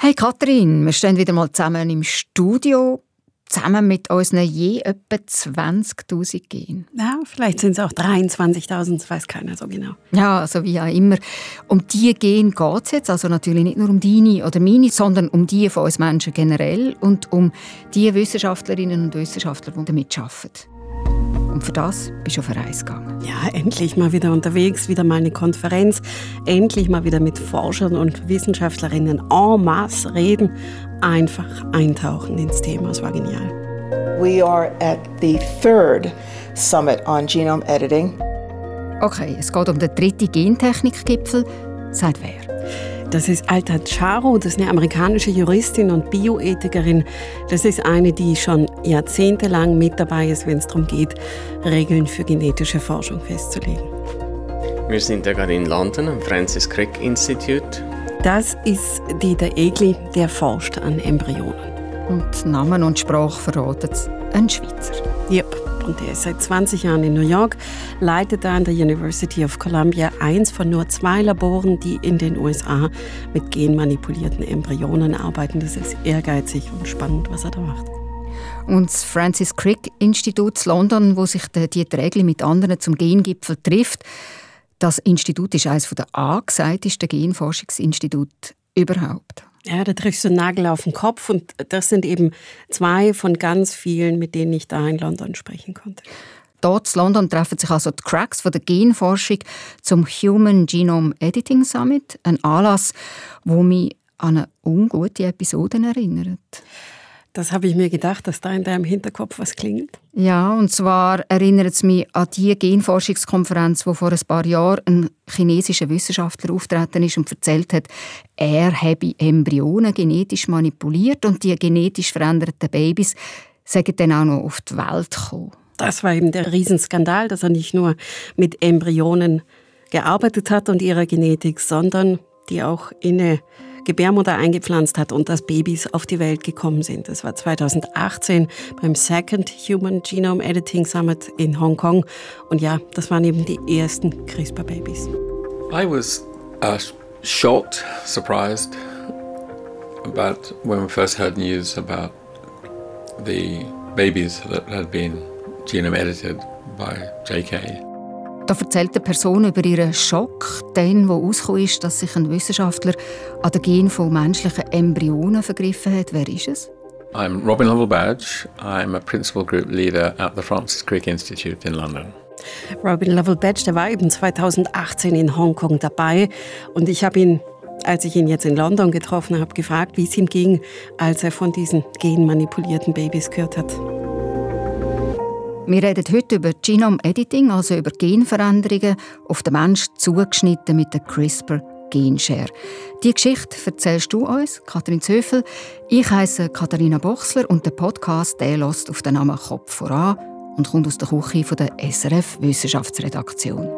Hey Katrin, wir stehen wieder mal zusammen im Studio, zusammen mit unseren je etwa 20'000 Genen. Ja, vielleicht sind es auch 23'000, das weiß keiner so genau. Ja, also wie auch immer. Um diese Gene geht es jetzt, also natürlich nicht nur um deine oder meine, sondern um die von uns Menschen generell und um die Wissenschaftlerinnen und Wissenschaftler, die damit arbeiten. Und für das bist du auf eine Reise gegangen. Ja, endlich mal wieder unterwegs, wieder mal eine Konferenz, endlich mal wieder mit Forschern und Wissenschaftlerinnen en masse reden, einfach eintauchen ins Thema. Es war genial. We are at the third Summit on Genome Editing. Okay, es geht um den 3. Gentechnik-Gipfel. Sagt wer? Das ist Alta Charo, das ist eine amerikanische Juristin und Bioethikerin. Das ist eine, die schon jahrzehntelang mit dabei ist, wenn es darum geht, Regeln für genetische Forschung festzulegen. Wir sind ja gerade in London am Francis Crick Institute. Das ist Dieter Egli, der forscht an Embryonen. Und Namen und Sprache verraten es. Ein Schweizer. Yep. Und er ist seit 20 Jahren in New York, leitet da an der University of Columbia eins von nur 2 Laboren, die in den USA mit genmanipulierten Embryonen arbeiten. Das ist ehrgeizig und spannend, was er da macht. Und das Francis Crick Institut in London, wo sich Dieter Egli mit anderen zum Gengipfel trifft, das Institut ist eines der angesagtesten Genforschungsinstitute überhaupt. Ja, da triffst du einen Nagel auf den Kopf und das sind eben 2 von ganz vielen, mit denen ich da in London sprechen konnte. Dort in London treffen sich also die Cracks von der Genforschung zum Human Genome Editing Summit, ein Anlass, der mich an eine ungute Episode erinnert. Das habe ich mir gedacht, dass da in deinem Hinterkopf was klingelt. Ja, und zwar erinnert es mich an die Genforschungskonferenz, wo vor ein paar Jahren ein chinesischer Wissenschaftler auftreten ist und erzählt hat, er habe Embryonen genetisch manipuliert und die genetisch veränderten Babys seien dann auch noch auf die Welt gekommen. Das war eben der Riesenskandal, dass er nicht nur mit Embryonen gearbeitet hat und ihrer Genetik, sondern die auch in eine Gebärmutter eingepflanzt hat und dass Babys auf die Welt gekommen sind. Das war 2018 beim Second Human Genome Editing Summit in Hongkong. Und ja, das waren eben die ersten CRISPR-Babys. I was shocked, surprised, about when we first heard news about the babies that had been genome edited by JK. Da erzählt eine Person über ihren Schock, den, wo herausgekommen ist, dass sich ein Wissenschaftler an den Genen von menschlichen Embryonen vergriffen hat. Wer ist es? I'm Robin Lovell Badge. I'm a Principal Group Leader at the Francis Crick Institute in London. Robin Lovell Badge, der war eben 2018 in Hongkong dabei. Und ich habe ihn, als ich ihn jetzt in London getroffen habe, gefragt, wie es ihm ging, als er von diesen genmanipulierten Babys gehört hat. Wir reden heute über Genome Editing, also über Genveränderungen auf den Menschen zugeschnitten mit der CRISPR-Genshare. Die Geschichte erzählst du uns, Katrin Zöfel. Ich heiße Katharina Bochsler und der Podcast hört auf den Namen «Kopf voran» und kommt aus der Küche von der SRF Wissenschaftsredaktion.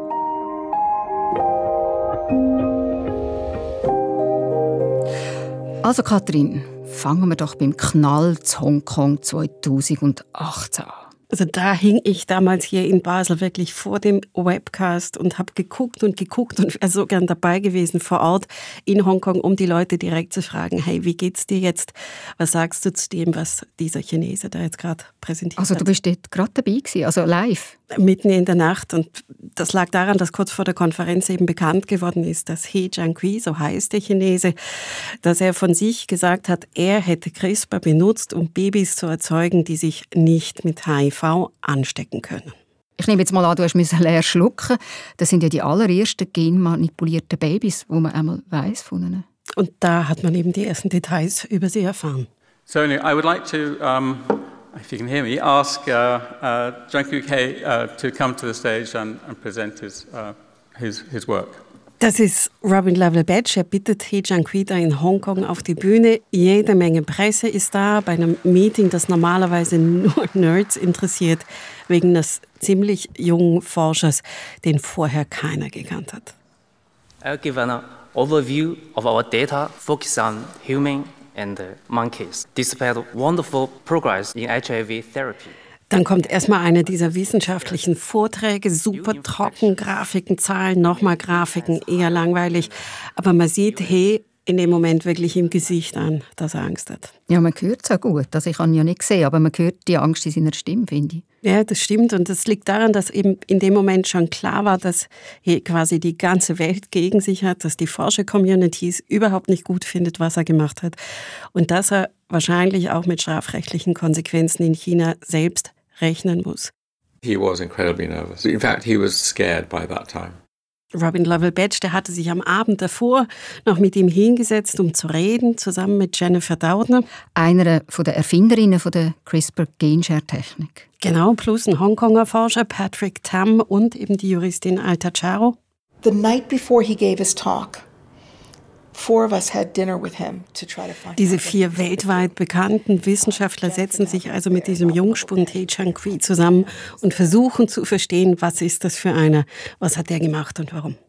Also Katrin, fangen wir doch beim Knall zu Hongkong 2018 an. Also da hing ich damals hier in Basel wirklich vor dem Webcast und habe geguckt und wäre so gern dabei gewesen vor Ort in Hongkong, um die Leute direkt zu fragen, hey, wie geht's dir jetzt? Was sagst du zu dem, was dieser Chinese da jetzt gerade präsentiert hat? Also du bist dort gerade dabei gewesen, also live? Mitten in der Nacht, und das lag daran, dass kurz vor der Konferenz eben bekannt geworden ist, dass He Jiankui, so heißt der Chinese, dass er von sich gesagt hat, er hätte CRISPR benutzt, um Babys zu erzeugen, die sich nicht mit HIV anstecken können. Ich nehme jetzt mal an, du musst leer schlucken. Das sind ja die allerersten genmanipulierten Babys, die man einmal weiss von ihnen. Und da hat man eben die ersten Details über sie erfahren. So I would like to, if you can hear me, ask Jiankui He to come to the stage and present his work. Das ist Robin Lovell Badge. Er bittet He Jiankui da in Hongkong auf die Bühne. Jede Menge Presse ist da bei einem Meeting, das normalerweise nur Nerds interessiert, wegen eines ziemlich jungen Forschers, den vorher keiner gekannt hat. I'll give an overview of our data focused on human and monkeys. Despite wonderful progress in HIV therapy. Dann kommt erstmal einer dieser wissenschaftlichen Vorträge, super trocken, Grafiken, Zahlen, nochmal Grafiken, eher langweilig. Aber man sieht, hey, in dem Moment wirklich im Gesicht an, dass er Angst hat. Ja, man hört es auch gut. Also ich habe ihn ja nicht gesehen, aber man hört die Angst in seiner Stimme, finde ich. Ja, das stimmt. Und das liegt daran, dass eben in dem Moment schon klar war, dass hier quasi die ganze Welt gegen sich hat, dass die Forscher-Community es überhaupt nicht gut findet, was er gemacht hat. Und dass er wahrscheinlich auch mit strafrechtlichen Konsequenzen in China selbst rechnen muss. He was incredibly nervous. In fact, he was scared by that time. Robin Lovell-Betsch, der hatte sich am Abend davor noch mit ihm hingesetzt, um zu reden, zusammen mit Jennifer Doudna. Einer der Erfinderinnen der CRISPR-Genshare-Technik. Genau, plus ein Hongkonger Forscher, Patrick Tam, und eben die Juristin Alta Charo. The night before he gave his talk, 4 of us had dinner with him to try to find out. Diese 4 weltweit bekannten Wissenschaftler setzen sich also mit diesem Jungspund He Jiankui zusammen und versuchen zu verstehen, was ist das für einer, was hat der gemacht und warum.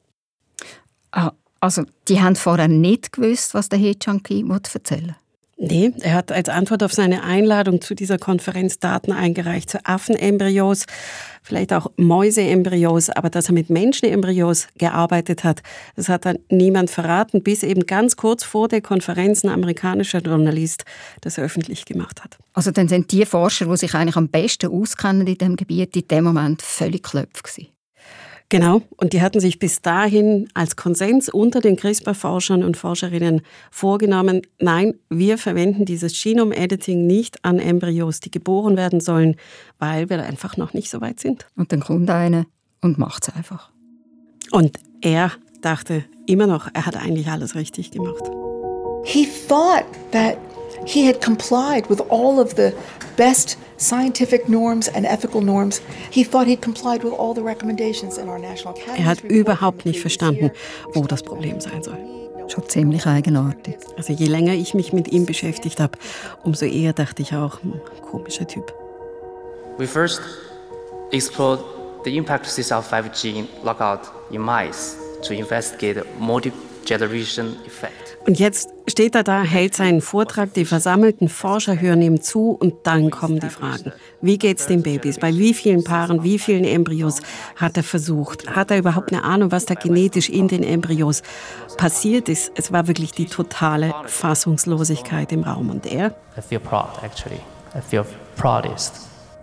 Also, die haben vorher nicht gewusst, was der He Jiankui erzählen will. Nee, er hat als Antwort auf seine Einladung zu dieser Konferenz Daten eingereicht zu Affenembryos, vielleicht auch Mäuseembryos, aber dass er mit Menschenembryos gearbeitet hat, das hat dann niemand verraten, bis eben ganz kurz vor der Konferenz ein amerikanischer Journalist das öffentlich gemacht hat. Also dann sind die Forscher, die sich eigentlich am besten auskennen in diesem Gebiet, in dem Moment völlig klopf gewesen. Genau, und die hatten sich bis dahin als Konsens unter den CRISPR-Forschern und Forscherinnen vorgenommen, nein, wir verwenden dieses Genome-Editing nicht an Embryos, die geboren werden sollen, weil wir einfach noch nicht so weit sind. Und dann kommt einer und macht es einfach. Und er dachte immer noch, er hat eigentlich alles richtig gemacht. He thought that he had complied with all of the best scientific norms and ethical norms. He thought he'd complied with all the recommendations in our National Academy. Er hat überhaupt nicht verstanden, wo das Problem sein soll. Schon ziemlich eigenartig. Also je länger ich mich mit ihm beschäftigt habe, umso eher dachte ich auch, komischer Typ. We first explored the impact of CCR5 lockout in mice to investigate multi-generation effect. Und jetzt steht er da, hält seinen Vortrag, die versammelten Forscher hören ihm zu und dann kommen die Fragen. Wie geht's den Babys? Bei wie vielen Paaren, wie vielen Embryos hat er versucht? Hat er überhaupt eine Ahnung, was da genetisch in den Embryos passiert ist? Es war wirklich die totale Fassungslosigkeit im Raum. Und er? I feel proud, actually. I feel proudest.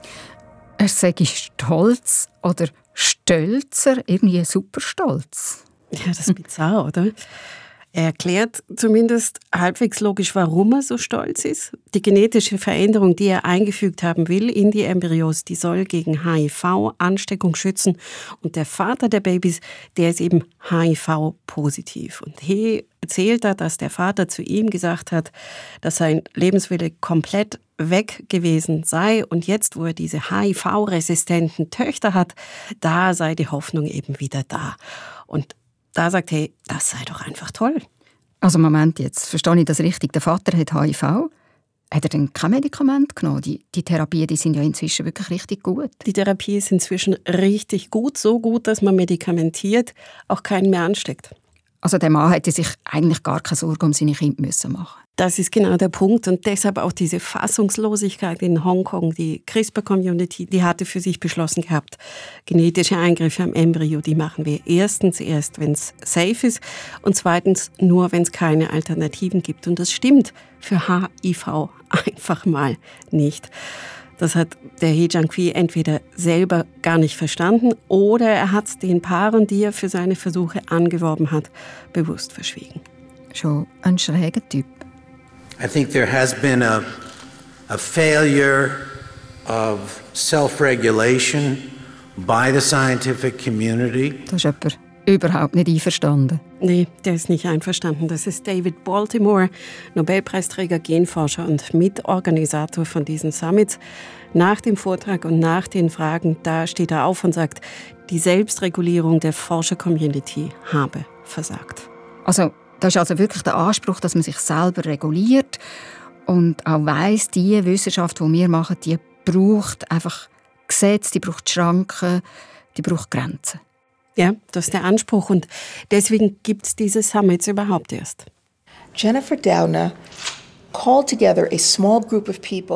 Er sei stolz oder stolzer, irgendwie super stolz. Ja, das ist bizarr, oder? Er erklärt zumindest halbwegs logisch, warum er so stolz ist. Die genetische Veränderung, die er eingefügt haben will in die Embryos, die soll gegen HIV-Ansteckung schützen. Und der Vater der Babys, der ist eben HIV-positiv. Und He erzählt er, dass der Vater zu ihm gesagt hat, dass sein Lebenswille komplett weg gewesen sei. Und jetzt, wo er diese HIV-resistenten Töchter hat, da sei die Hoffnung eben wieder da. Und da sagt, hey, das sei doch einfach toll. Also Moment, jetzt verstehe ich das richtig. Der Vater hat HIV. Hat er denn kein Medikament genommen? Die Therapien, die sind ja inzwischen wirklich richtig gut. Die Therapie ist inzwischen richtig gut. So gut, dass man medikamentiert auch keinen mehr ansteckt. Also der Mann hätte sich eigentlich gar keine Sorgen um seine Kinder machen müssen. Das ist genau der Punkt und deshalb auch diese Fassungslosigkeit in Hongkong. Die CRISPR-Community, die hatte für sich beschlossen gehabt, genetische Eingriffe am Embryo, die machen wir erstens erst, wenn es safe ist und zweitens nur, wenn es keine Alternativen gibt. Und das stimmt für HIV einfach mal nicht. Das hat der He Jiankui entweder selber gar nicht verstanden oder er hat es den Paaren, die er für seine Versuche angeworben hat, bewusst verschwiegen. Schon ein schräger Typ. I think there has been a failure of self-regulation by the scientific community. Da ist jemand überhaupt nicht einverstanden. Nee, der ist nicht einverstanden. Das ist David Baltimore, Nobelpreisträger, Genforscher und Mitorganisator von diesen Summits. Nach dem Vortrag und nach den Fragen, da steht er auf und sagt, die Selbstregulierung der Forscher-Community habe versagt. Also, das ist also wirklich der Anspruch, dass man sich selber reguliert und auch weiss, die Wissenschaft, die wir machen, die braucht einfach Gesetze, die braucht Schranken, die braucht Grenzen. Ja, das ist der Anspruch und deswegen gibt es diese Summits überhaupt erst. Jennifer Doudna called together a small group of people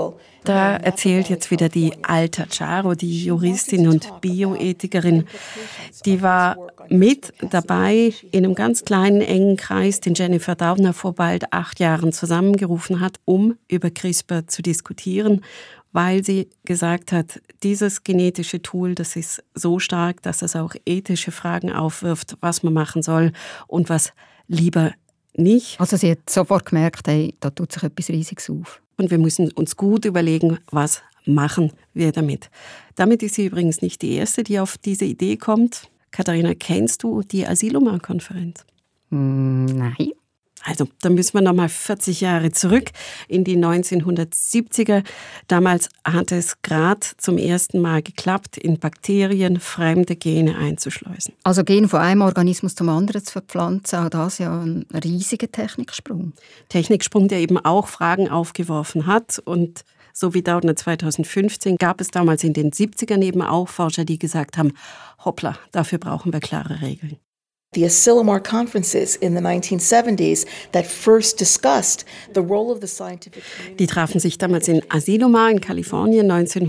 Da erzählt jetzt wieder die Alta Charo, die Juristin und Bioethikerin. Die war mit dabei in einem ganz kleinen, engen Kreis, den Jennifer Doudna vor bald 8 Jahren zusammengerufen hat, um über CRISPR zu diskutieren, weil sie gesagt hat, dieses genetische Tool, das ist so stark, dass es auch ethische Fragen aufwirft, was man machen soll und was lieber nicht. Also sie hat sofort gemerkt, hey, da tut sich etwas Riesiges auf. Und wir müssen uns gut überlegen, was machen wir damit. Damit ist sie übrigens nicht die Erste, die auf diese Idee kommt. Katharina, kennst du die Asyluma-Konferenz? Nein. Also, da müssen wir nochmal 40 Jahre zurück in die 1970er. Damals hat es gerade zum ersten Mal geklappt, in Bakterien fremde Gene einzuschleusen. Also Gene von einem Organismus zum anderen zu verpflanzen, auch das ja ein riesiger Techniksprung. Techniksprung, der eben auch Fragen aufgeworfen hat. Und so wie Doudna 2015 gab es damals in den 70ern eben auch Forscher, die gesagt haben, hoppla, dafür brauchen wir klare Regeln. The Asilomar conferences in the 1970s that first discussed the role of the scientific community. Die trafen sich damals in Asilomar in Kalifornien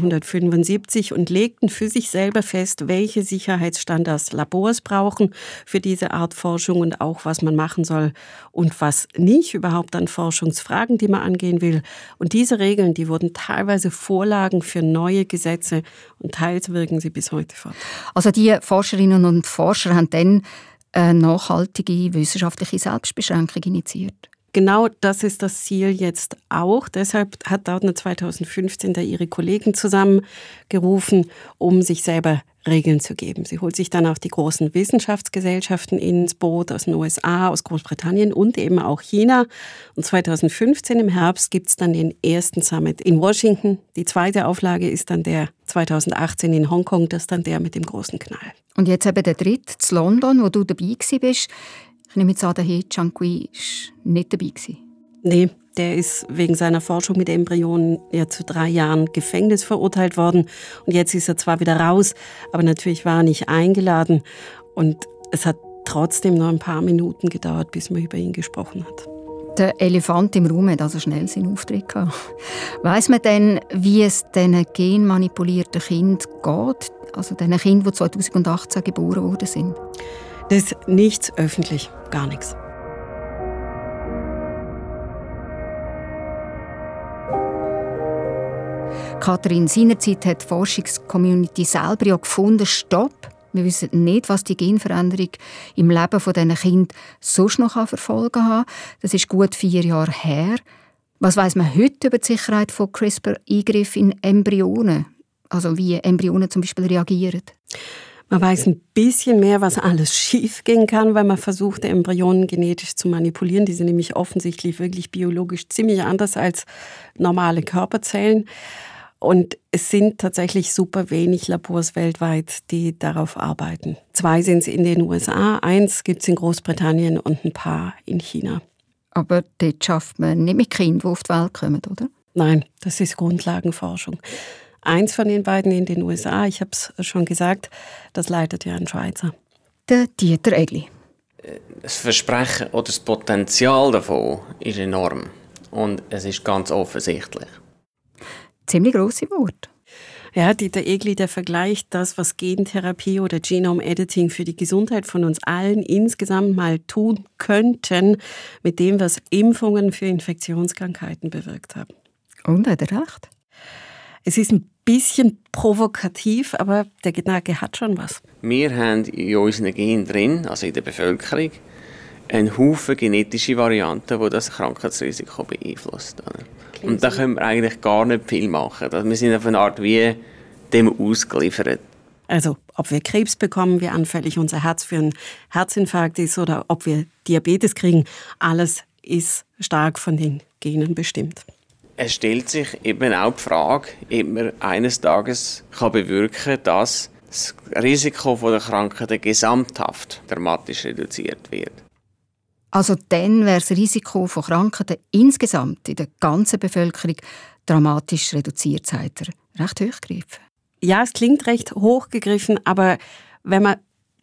1975 und legten für sich selber fest, welche Sicherheitsstandards Labors brauchen für diese Art Forschung und auch, was man machen soll und was nicht, überhaupt an Forschungsfragen, die man angehen will. Und diese Regeln, die wurden teilweise Vorlagen für neue Gesetze und teils wirken sie bis heute fort. Also die Forscherinnen und Forscher haben dann eine nachhaltige wissenschaftliche Selbstbeschränkung initiiert. Genau das ist das Ziel jetzt auch. Deshalb hat Doudna 2015 da ihre Kollegen zusammengerufen, um sich selber Regeln zu geben. Sie holt sich dann auch die großen Wissenschaftsgesellschaften ins Boot aus den USA, aus Großbritannien und eben auch China. Und 2015 im Herbst gibt es dann den ersten Summit in Washington. Die zweite Auflage ist dann der 2018 in Hongkong, das ist dann der mit dem großen Knall. Und jetzt eben der dritte in London, wo du dabei warst. Ich nehme jetzt an, der He Chang-Kui war nicht dabei. Nee, der ist wegen seiner Forschung mit Embryonen ja zu 3 Jahren Gefängnis verurteilt worden. Und jetzt ist er zwar wieder raus, aber natürlich war er nicht eingeladen. Und es hat trotzdem noch ein paar Minuten gedauert, bis man über ihn gesprochen hat. Der Elefant im Raum hat also schnell seinen Auftritt gehabt. Weiss man denn, wie es diesen genmanipulierten Kindern geht? Also diesen Kindern, die 2018 geboren worden sind? Das ist nichts öffentlich, gar nichts. Katharin, seinerzeit hat die Forschungscommunity selber ja gefunden, stopp, wir wissen nicht, was die Genveränderung im Leben dieser Kinder sonst noch verfolgen kann. Das ist gut 4 Jahre her. Was weiss man heute über die Sicherheit von CRISPR-Eingriffen in Embryonen? Also wie Embryonen zum Beispiel reagieren? Man weiß ein bisschen mehr, was alles schief gehen kann, weil man versucht, Embryonen genetisch zu manipulieren. Die sind nämlich offensichtlich wirklich biologisch ziemlich anders als normale Körperzellen. Und es sind tatsächlich super wenig Labors weltweit, die darauf arbeiten. 2 sind es in den USA, 1 gibt es in Großbritannien und ein paar in China. Aber dort schafft man nicht mit Kindern, die auf die Welt kommen, oder? Nein, das ist Grundlagenforschung. 1 von den beiden in den USA, ich habe es schon gesagt, das leitet ja ein Schweizer. Der Dieter Egli. Das Versprechen oder das Potenzial davon ist enorm. Und es ist ganz offensichtlich. Ziemlich grosse Worte. Ja, Dieter Egli, der vergleicht das, was Gentherapie oder Genome Editing für die Gesundheit von uns allen insgesamt mal tun könnten, mit dem, was Impfungen für Infektionskrankheiten bewirkt haben. Und hat er recht? Es ist ein bisschen provokativ, aber der Gedanke hat schon was. Wir haben in unseren Genen drin, also in der Bevölkerung, einen Haufen genetische Varianten, die das Krankheitsrisiko beeinflussen. Und da können wir eigentlich gar nicht viel machen. Wir sind auf eine Art wie dem ausgeliefert. Also ob wir Krebs bekommen, wie anfällig unser Herz für einen Herzinfarkt ist oder ob wir Diabetes kriegen, alles ist stark von den Genen bestimmt. Es stellt sich eben auch die Frage, ob man eines Tages bewirken kann, dass das Risiko der Krankheit gesamthaft dramatisch reduziert wird. Also dann wäre das Risiko von Krankheiten insgesamt in der ganzen Bevölkerung dramatisch reduziert, sagt er. Recht hochgegriffen. Ja, es klingt recht hochgegriffen, aber wenn man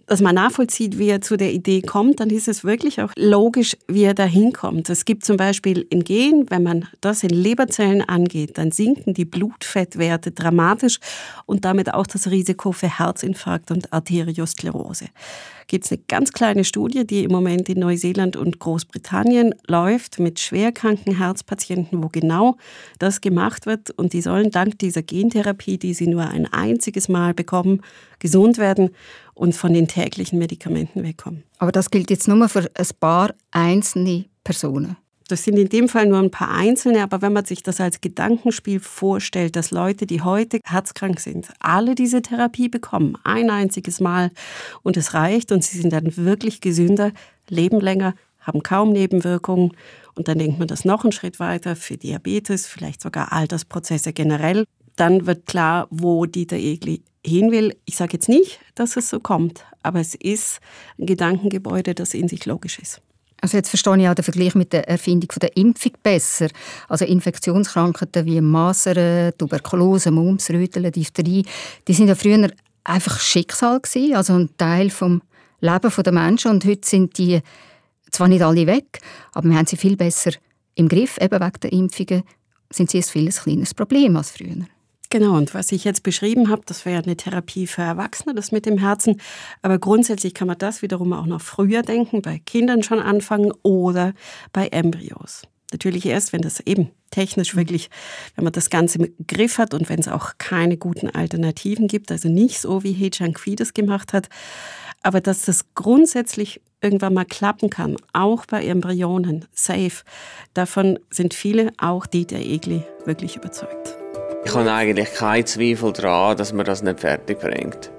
dass man nachvollzieht, wie er zu der Idee kommt, dann ist es wirklich auch logisch, wie er da hinkommt. Es gibt zum Beispiel ein Gen, wenn man das in Leberzellen angeht, dann sinken die Blutfettwerte dramatisch und damit auch das Risiko für Herzinfarkt und Arteriosklerose. Gibt es eine ganz kleine Studie, die im Moment in Neuseeland und Großbritannien läuft, mit schwerkranken Herzpatienten, wo genau das gemacht wird. Und die sollen dank dieser Gentherapie, die sie nur ein einziges Mal bekommen, gesund werden und von den täglichen Medikamenten wegkommen. Aber das gilt jetzt nur für ein paar einzelne Personen. Das sind in dem Fall nur ein paar Einzelne, aber wenn man sich das als Gedankenspiel vorstellt, dass Leute, die heute herzkrank sind, alle diese Therapie bekommen, ein einziges Mal und es reicht und sie sind dann wirklich gesünder, leben länger, haben kaum Nebenwirkungen und dann denkt man das noch einen Schritt weiter für Diabetes, vielleicht sogar Altersprozesse generell, dann wird klar, wo Dieter Egli hin will. Ich sage jetzt nicht, dass es so kommt, aber es ist ein Gedankengebäude, das in sich logisch ist. Also jetzt verstehe ich auch den Vergleich mit der Erfindung der Impfung besser. Also Infektionskrankheiten wie Masern, Tuberkulose, Mumps, Röteln, Diphtherie, die sind ja früher einfach Schicksal gewesen, also ein Teil vom Leben der Menschen. Und heute sind die zwar nicht alle weg, aber wir haben sie viel besser im Griff. Eben wegen der Impfungen sind sie ein viel kleines Problem als früher. Genau, und was ich jetzt beschrieben habe, das wäre eine Therapie für Erwachsene, das mit dem Herzen. Aber grundsätzlich kann man das wiederum auch noch früher denken, bei Kindern schon anfangen oder bei Embryos. Natürlich erst, wenn das eben technisch wirklich, wenn man das Ganze im Griff hat und wenn es auch keine guten Alternativen gibt, also nicht so, wie He Jiankui das gemacht hat, aber dass das grundsätzlich irgendwann mal klappen kann, auch bei Embryonen, safe, davon sind viele, auch Dieter Egli, wirklich überzeugt. Ich habe eigentlich keinen Zweifel daran, dass man das nicht fertig bringt.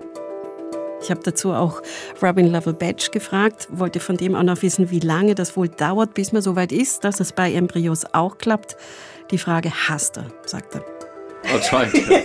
Ich habe dazu auch Robin Lovell-Batch gefragt, wollte von dem auch noch wissen, wie lange das wohl dauert, bis man so weit ist, dass es bei Embryos auch klappt. Die Frage hasst er, sagt er. I'll try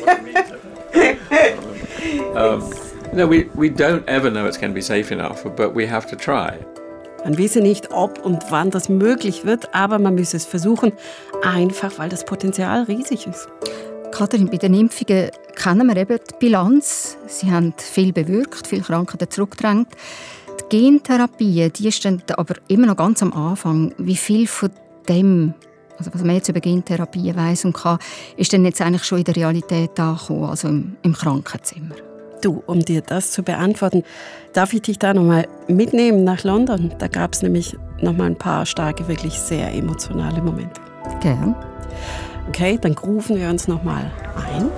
to. No, we don't ever know it's going to be safe enough, but we have to try. Man wisse nicht, ob und wann das möglich wird, aber man müsse es versuchen, einfach weil das Potenzial riesig ist. Katrin, bei den Impfungen kennen wir eben die Bilanz. Sie haben viel bewirkt, viele Krankheiten zurückgedrängt. Die Gentherapie, die stehen aber immer noch ganz am Anfang. Wie viel von dem, also was man jetzt über Gentherapie weiss und kann, ist denn jetzt eigentlich schon in der Realität angekommen, also im Krankenzimmer? Du, um dir das zu beantworten, darf ich dich da nochmal mitnehmen nach London. Da gab es nämlich nochmal ein paar starke, wirklich sehr emotionale Momente. Gern. Okay, dann rufen wir uns nochmal ein.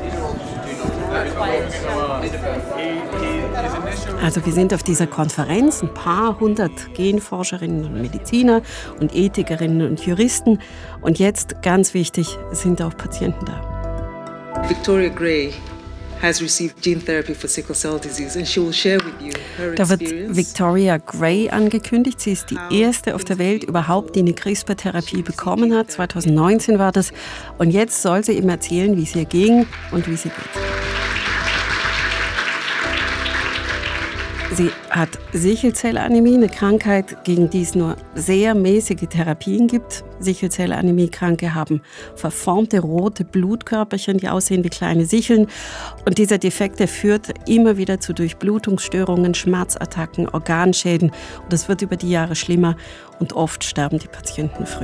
Also wir sind auf dieser Konferenz, ein paar hundert Genforscherinnen und Mediziner und Ethikerinnen und Juristen. Und jetzt, ganz wichtig, sind auch Patienten da. Victoria Gray has received gene therapy for sickle cell disease and she will share with you her Da wird experience. Victoria Gray angekündigt. Sie ist die erste auf der Welt überhaupt, die eine CRISPR-Therapie bekommen hat. 2019 war das. Und jetzt soll sie ihm erzählen, wie es ihr ging und wie sie geht. Sie hat Sichelzellanämie, eine Krankheit, gegen die es nur sehr mäßige Therapien gibt. Sichelzellanämie-Kranke haben verformte rote Blutkörperchen, die aussehen wie kleine Sicheln. Und dieser Defekt, der führt immer wieder zu Durchblutungsstörungen, Schmerzattacken, Organschäden. Und das wird über die Jahre schlimmer und oft sterben die Patienten früh.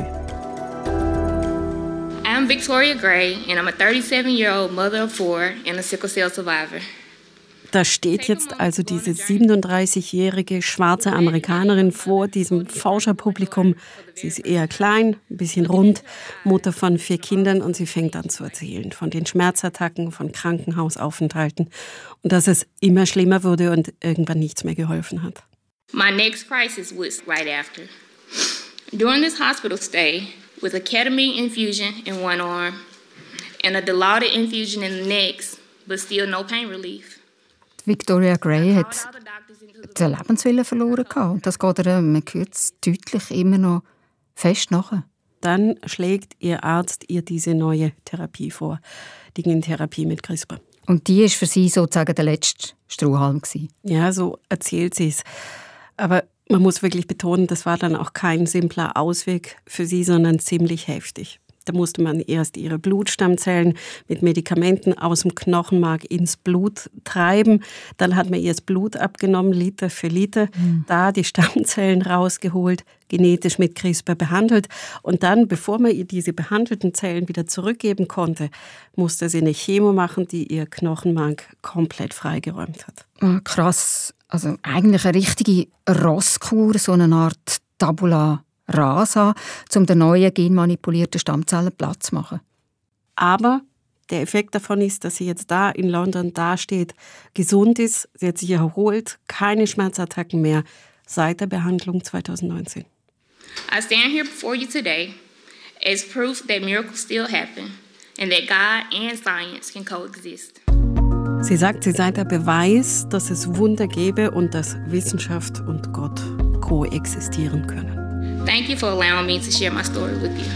I'm Victoria Gray and I'm a 37-year-old mother of 4 and a sickle cell survivor. Da steht jetzt also diese 37-jährige schwarze Amerikanerin vor diesem Forscherpublikum. Sie ist eher klein, ein bisschen rund, Mutter von 4 Kindern und sie fängt an zu erzählen von den Schmerzattacken, von Krankenhausaufenthalten und dass es immer schlimmer wurde und irgendwann nichts mehr geholfen hat. My next crisis was right after. During this hospital stay, with a ketamine infusion in one arm and a Dilaudid infusion in the next, but still no pain relief. Victoria Gray hat den Lebenswillen verloren und das geht ihr, man hört es deutlich, immer noch fest nach. Dann schlägt ihr Arzt ihr diese neue Therapie vor, die Gentherapie mit CRISPR. Und die war für sie sozusagen der letzte Strohhalm gewesen. Ja, so erzählt sie es. Aber man muss wirklich betonen, das war dann auch kein simpler Ausweg für sie, sondern ziemlich heftig. Da musste man erst ihre Blutstammzellen mit Medikamenten aus dem Knochenmark ins Blut treiben. Dann hat man ihr das Blut abgenommen, Liter für Liter, da die Stammzellen rausgeholt, genetisch mit CRISPR behandelt. Und dann, bevor man ihr diese behandelten Zellen wieder zurückgeben konnte, musste sie eine Chemo machen, die ihr Knochenmark komplett freigeräumt hat. Ah, krass. Also eigentlich eine richtige Rosskur, so eine Art Tabula rasa, um den neuen genmanipulierten Stammzellen Platz zu machen. Aber der Effekt davon ist, dass sie jetzt da in London dasteht, gesund ist, sie hat sich erholt, keine Schmerzattacken mehr seit der Behandlung 2019. I stand here before you today as proof that miracles still happen and that God and science can coexist. Sie sagt, sie sei der Beweis, dass es Wunder gäbe und dass Wissenschaft und Gott koexistieren können. Thank you for allowing me to share my story with you.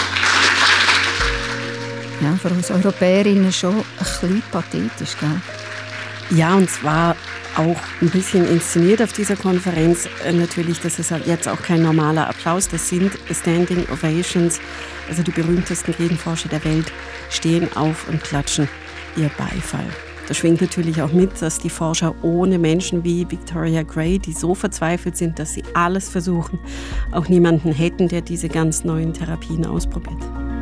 Ja, für uns Europäerinnen schon ein bisschen pathetisch, gell? Ja, und zwar auch ein bisschen inszeniert auf dieser Konferenz. Natürlich, das ist halt jetzt auch kein normaler Applaus, das sind Standing Ovations. Also die berühmtesten Genforscher der Welt stehen auf und klatschen ihr Beifall. Da schwingt natürlich auch mit, dass die Forscher ohne Menschen wie Victoria Gray, die so verzweifelt sind, dass sie alles versuchen, auch niemanden hätten, der diese ganz neuen Therapien ausprobiert.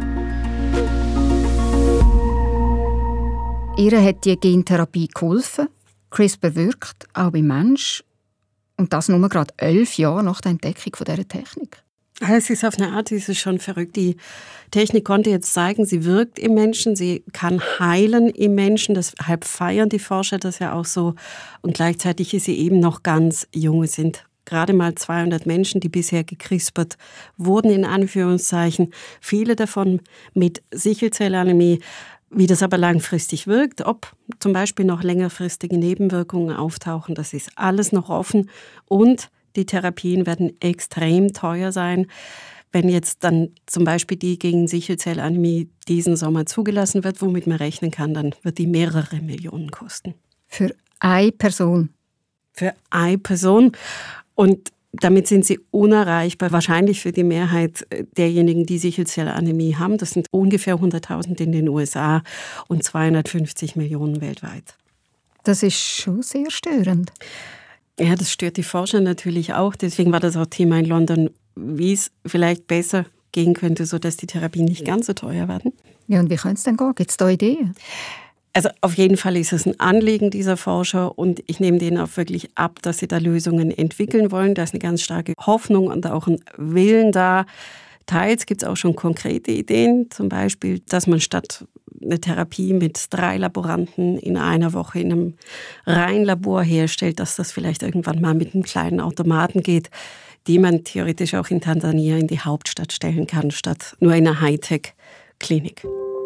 Ihr hat die Gentherapie geholfen. CRISPR wirkt, auch beim Menschen. Und das nur gerade 11 Jahre nach der Entdeckung dieser Technik. Es ist auf eine Art, es ist schon verrückt. Die Technik konnte jetzt zeigen, sie wirkt im Menschen, sie kann heilen im Menschen. Deshalb feiern die Forscher das ja auch so. Und gleichzeitig ist sie eben noch ganz jung. Es sind gerade mal 200 Menschen, die bisher gekrispert wurden, in Anführungszeichen. Viele davon mit Sichelzellanämie. Wie das aber langfristig wirkt, ob zum Beispiel noch längerfristige Nebenwirkungen auftauchen, das ist alles noch offen. Und die Therapien werden extrem teuer sein. Wenn jetzt dann zum Beispiel die gegen Sichelzellanämie diesen Sommer zugelassen wird, womit man rechnen kann, dann wird die mehrere Millionen kosten. Für eine Person? Für eine Person. Und damit sind sie unerreichbar, wahrscheinlich für die Mehrheit derjenigen, die Sichelzellanämie haben. Das sind ungefähr 100.000 in den USA und 250 Millionen weltweit. Das ist schon sehr störend. Ja, das stört die Forscher natürlich auch. Deswegen war das auch Thema in London, wie es vielleicht besser gehen könnte, sodass die Therapien nicht ganz so teuer werden. Ja, und wie könnte es denn gehen? Gibt es da Ideen? Also auf jeden Fall ist es ein Anliegen dieser Forscher und ich nehme denen auch wirklich ab, dass sie da Lösungen entwickeln wollen. Da ist eine ganz starke Hoffnung und auch ein Willen da. Teils gibt es auch schon konkrete Ideen, zum Beispiel, dass man statt eine Therapie mit 3 Laboranten in einer Woche in einem reinen Labor herstellt, dass das vielleicht irgendwann mal mit einem kleinen Automaten geht, die man theoretisch auch in Tansania in die Hauptstadt stellen kann, statt nur in einer Hightech-Klinik.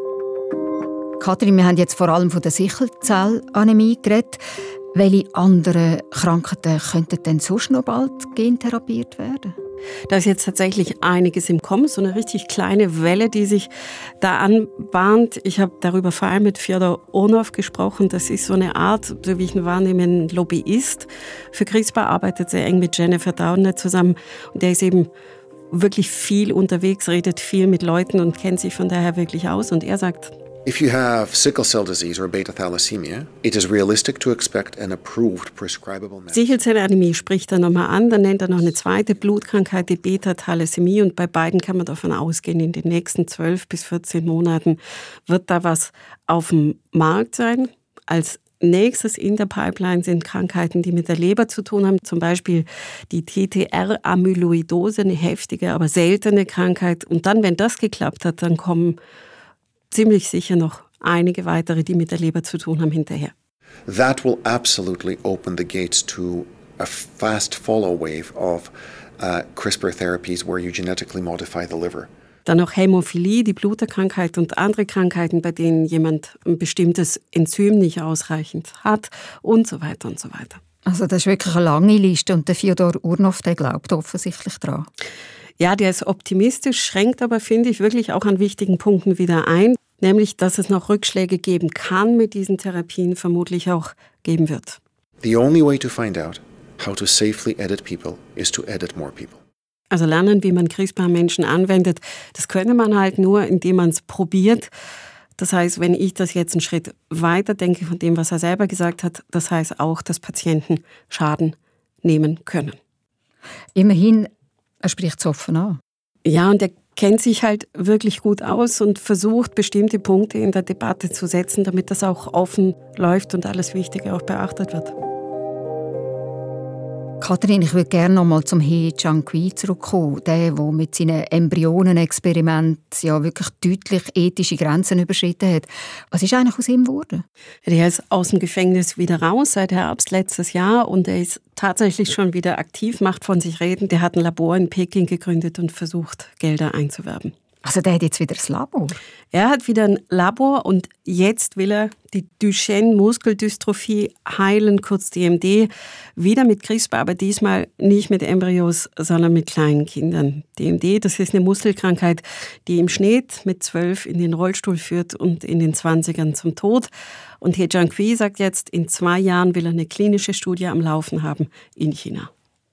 Kathrin, wir haben jetzt vor allem von der Sichelzellanämie geredet. Welche anderen Krankheiten könnten denn sonst noch bald gentherapiert werden? Da ist jetzt tatsächlich einiges im Kommen, so eine richtig kleine Welle, die sich da anbahnt. Ich habe darüber vor allem mit Fjodor Onov gesprochen. Das ist so eine Art, so wie ich ihn wahrnehme, ein Lobbyist. Für CRISPR arbeitet sehr eng mit Jennifer Doudna zusammen. Und der ist eben wirklich viel unterwegs, redet viel mit Leuten und kennt sich von daher wirklich aus. Und er sagt: If you have sickle cell disease or beta thalassemia, it is realistic to expect an approved prescribable medicine. Sichelzellanämie spricht er nochmal an, dann nennt er noch eine zweite Blutkrankheit, die Beta-Thalassämie, und bei beiden kann man davon ausgehen, in den nächsten 12 bis 14 Monaten wird da was auf dem Markt sein. Als nächstes in der Pipeline sind Krankheiten, die mit der Leber zu tun haben, zum Beispiel die TTR-Amyloidose, eine heftige, aber seltene Krankheit. Und dann, wenn das geklappt hat, dann kommen ziemlich sicher noch einige weitere, die mit der Leber zu tun haben, hinterher. That will absolutely open the gates to a fast follow wave of CRISPR therapies where you genetically modify the liver. Dann noch Hämophilie, die Bluterkrankheit und andere Krankheiten, bei denen jemand ein bestimmtes Enzym nicht ausreichend hat und so weiter und so weiter. Also das ist wirklich eine lange Liste und der Fjodor Onov, der glaubt offensichtlich dran. Ja, der ist optimistisch, schränkt aber, finde ich, wirklich auch an wichtigen Punkten wieder ein. Nämlich, dass es noch Rückschläge geben kann mit diesen Therapien, vermutlich auch geben wird. The only way to find out how to safely edit people is to edit more people. Also lernen, wie man CRISPR am Menschen anwendet, das könne man halt nur, indem man es probiert. Das heißt, wenn ich das jetzt einen Schritt weiter denke von dem, was er selber gesagt hat, das heißt auch, dass Patienten Schaden nehmen können. Immerhin, er spricht es offen an. Ja, und er kennt sich halt wirklich gut aus und versucht, bestimmte Punkte in der Debatte zu setzen, damit das auch offen läuft und alles Wichtige auch beachtet wird. Katrin, ich würde gerne noch mal zum He Jiankui zurückkommen. Der mit seinen Embryonenexperimenten ja wirklich deutlich ethische Grenzen überschritten hat. Was ist eigentlich aus ihm geworden? Er ist aus dem Gefängnis wieder raus seit Herbst letztes Jahr und er ist tatsächlich schon wieder aktiv, macht von sich reden. Der hat ein Labor in Peking gegründet und versucht, Gelder einzuwerben. Also der hat jetzt wieder das Labor? Er hat wieder ein Labor und jetzt will er die Duchenne-Muskeldystrophie heilen, kurz DMD, wieder mit CRISPR, aber diesmal nicht mit Embryos, sondern mit kleinen Kindern. DMD, das ist eine Muskelkrankheit, die im Schnitt mit 12 in den Rollstuhl führt und in den 20ern zum Tod. Und He Jiankui sagt jetzt, in 2 Jahren will er eine klinische Studie am Laufen haben in China.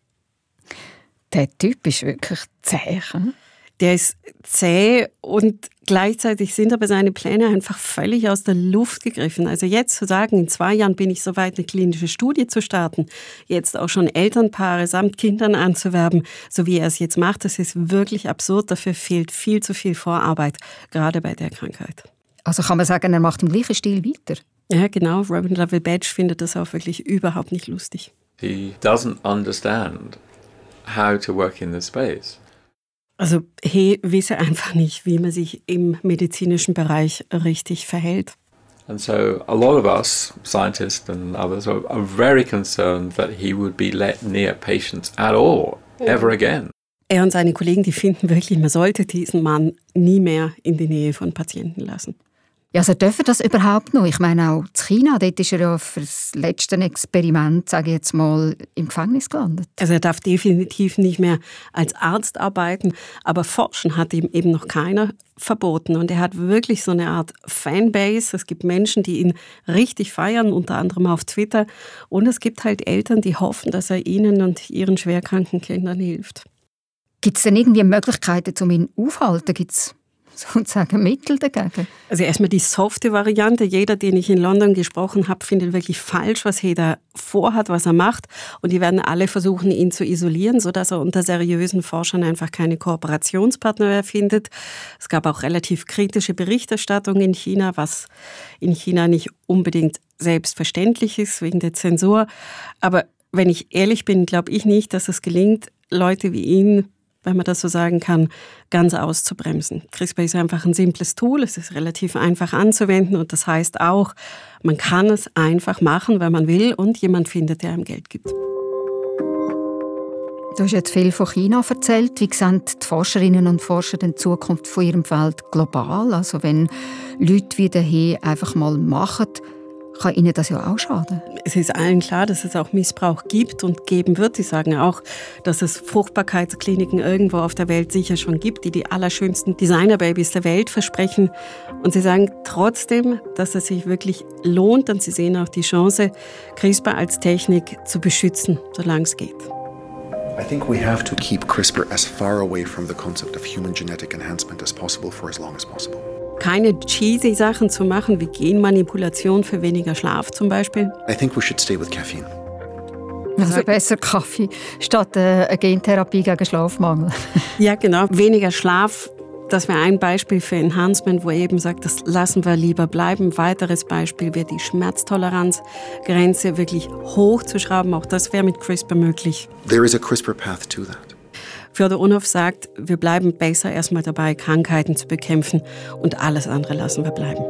Der Typ ist wirklich zäh. Der ist zäh und gleichzeitig sind aber seine Pläne einfach völlig aus der Luft gegriffen. Also jetzt zu sagen, in 2 Jahren bin ich soweit, eine klinische Studie zu starten, jetzt auch schon Elternpaare samt Kindern anzuwerben, so wie er es jetzt macht, das ist wirklich absurd. Dafür fehlt viel zu viel Vorarbeit, gerade bei der Krankheit. Also kann man sagen, er macht im gleichen Stil weiter? Ja, genau. Robin Lovell-Betsch findet das auch wirklich überhaupt nicht lustig. He doesn't understand how to work in the space. Also He wisse einfach nicht, wie man sich im medizinischen Bereich richtig verhält. And so a lot of us, scientists and others, are very concerned that he would be let near patients at all, ever again. Er und seine Kollegen, die finden wirklich, man sollte diesen Mann nie mehr in die Nähe von Patienten lassen. Ja, also dürfen das überhaupt noch? Ich meine auch in China, dort ist er ja für das letzte Experiment, sage ich jetzt mal, im Gefängnis gelandet. Also er darf definitiv nicht mehr als Arzt arbeiten, aber forschen hat ihm eben noch keiner verboten. Und er hat wirklich so eine Art Fanbase. Es gibt Menschen, die ihn richtig feiern, unter anderem auf Twitter. Und es gibt halt Eltern, die hoffen, dass er ihnen und ihren schwerkranken Kindern hilft. Gibt es denn irgendwie Möglichkeiten, um ihn aufzuhalten? Gibt es sozusagen Mittel dagegen? Also erstmal die softe Variante. Jeder, den ich in London gesprochen habe, findet wirklich falsch, was er da vorhat, was er macht. Und die werden alle versuchen, ihn zu isolieren, sodass er unter seriösen Forschern einfach keine Kooperationspartner mehr findet. Es gab auch relativ kritische Berichterstattung in China, was in China nicht unbedingt selbstverständlich ist, wegen der Zensur. Aber wenn ich ehrlich bin, glaube ich nicht, dass es gelingt, Leute wie ihn, wenn man das so sagen kann, ganz auszubremsen. CRISPR ist einfach ein simples Tool, es ist relativ einfach anzuwenden und das heißt auch, man kann es einfach machen, wenn man will und jemand findet, der einem Geld gibt. Du hast jetzt viel von China erzählt. Wie sehen die Forscherinnen und Forscher die Zukunft von ihrem Feld global? Also wenn Leute wie der He einfach mal machen, kann ihnen das ja auch schaden. Es ist allen klar, dass es auch Missbrauch gibt und geben wird. Sie sagen auch, dass es Fruchtbarkeitskliniken irgendwo auf der Welt sicher schon gibt, die die allerschönsten Designerbabys der Welt versprechen. Und sie sagen trotzdem, dass es sich wirklich lohnt und sie sehen auch die Chance, CRISPR als Technik zu beschützen, solange es geht. I think we have to keep CRISPR as far away from the concept of human genetic enhancement as possible for as long as possible. Keine cheesy Sachen zu machen, wie Genmanipulation für weniger Schlaf zum Beispiel. I think we should stay with caffeine. Also besser Kaffee statt eine Gentherapie gegen Schlafmangel. Ja, genau. Weniger Schlaf, das wäre ein Beispiel für Enhancement, wo er eben sagt, das lassen wir lieber bleiben. Ein weiteres Beispiel wäre die Schmerztoleranzgrenze wirklich hochzuschrauben. Auch das wäre mit CRISPR möglich. There is a CRISPR path to that. Fjodorunov sagt, wir bleiben besser erstmal dabei, Krankheiten zu bekämpfen und alles andere lassen wir bleiben.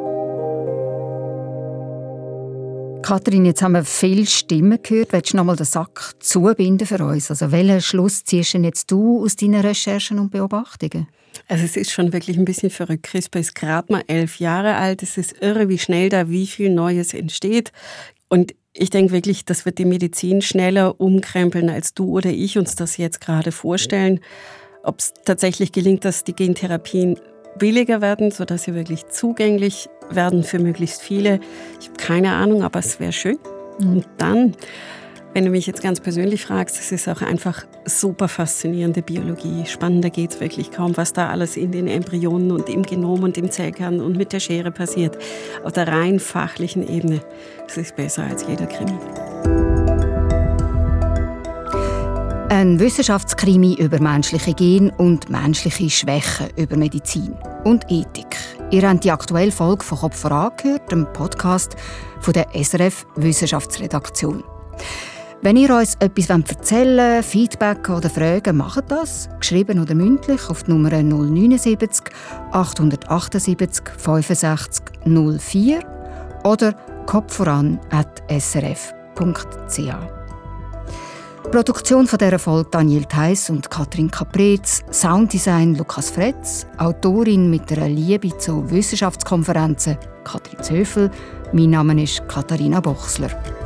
Katrin, jetzt haben wir viele Stimmen gehört. Willst du noch mal den Sack zubinden für uns? Also welchen Schluss ziehst denn jetzt du aus deinen Recherchen und Beobachtungen? Also es ist schon wirklich ein bisschen verrückt. CRISPR ist gerade mal 11 Jahre alt. Es ist irre, wie schnell da wie viel Neues entsteht. Und ich denke wirklich, das wird die Medizin schneller umkrempeln, als du oder ich uns das jetzt gerade vorstellen. Ob es tatsächlich gelingt, dass die Gentherapien billiger werden, sodass sie wirklich zugänglich werden für möglichst viele. Ich habe keine Ahnung, aber es wäre schön. Und dann, wenn du mich jetzt ganz persönlich fragst, es ist auch einfach super faszinierende Biologie. Spannender geht es wirklich kaum, was da alles in den Embryonen und im Genom und im Zellkern und mit der Schere passiert. Auf der rein fachlichen Ebene. Das ist besser als jeder Krimi. Ein Wissenschaftskrimi über menschliche Gene und menschliche Schwächen über Medizin und Ethik. Ihr habt die aktuelle Folge von «Kopf voran» gehört, dem Podcast von der SRF Wissenschaftsredaktion. Wenn ihr uns etwas erzählen wollt, Feedback oder Fragen, macht das, geschrieben oder mündlich, auf die Nummer 079 878 65 04 oder kopfvoran@srf.ch. Produktion von dieser Folge Daniel Theiss und Katrin Caprez, Sounddesign Lukas Fretz, Autorin mit einer Liebe zu Wissenschaftskonferenzen Katrin Zöfel, mein Name ist Katharina Bochsler.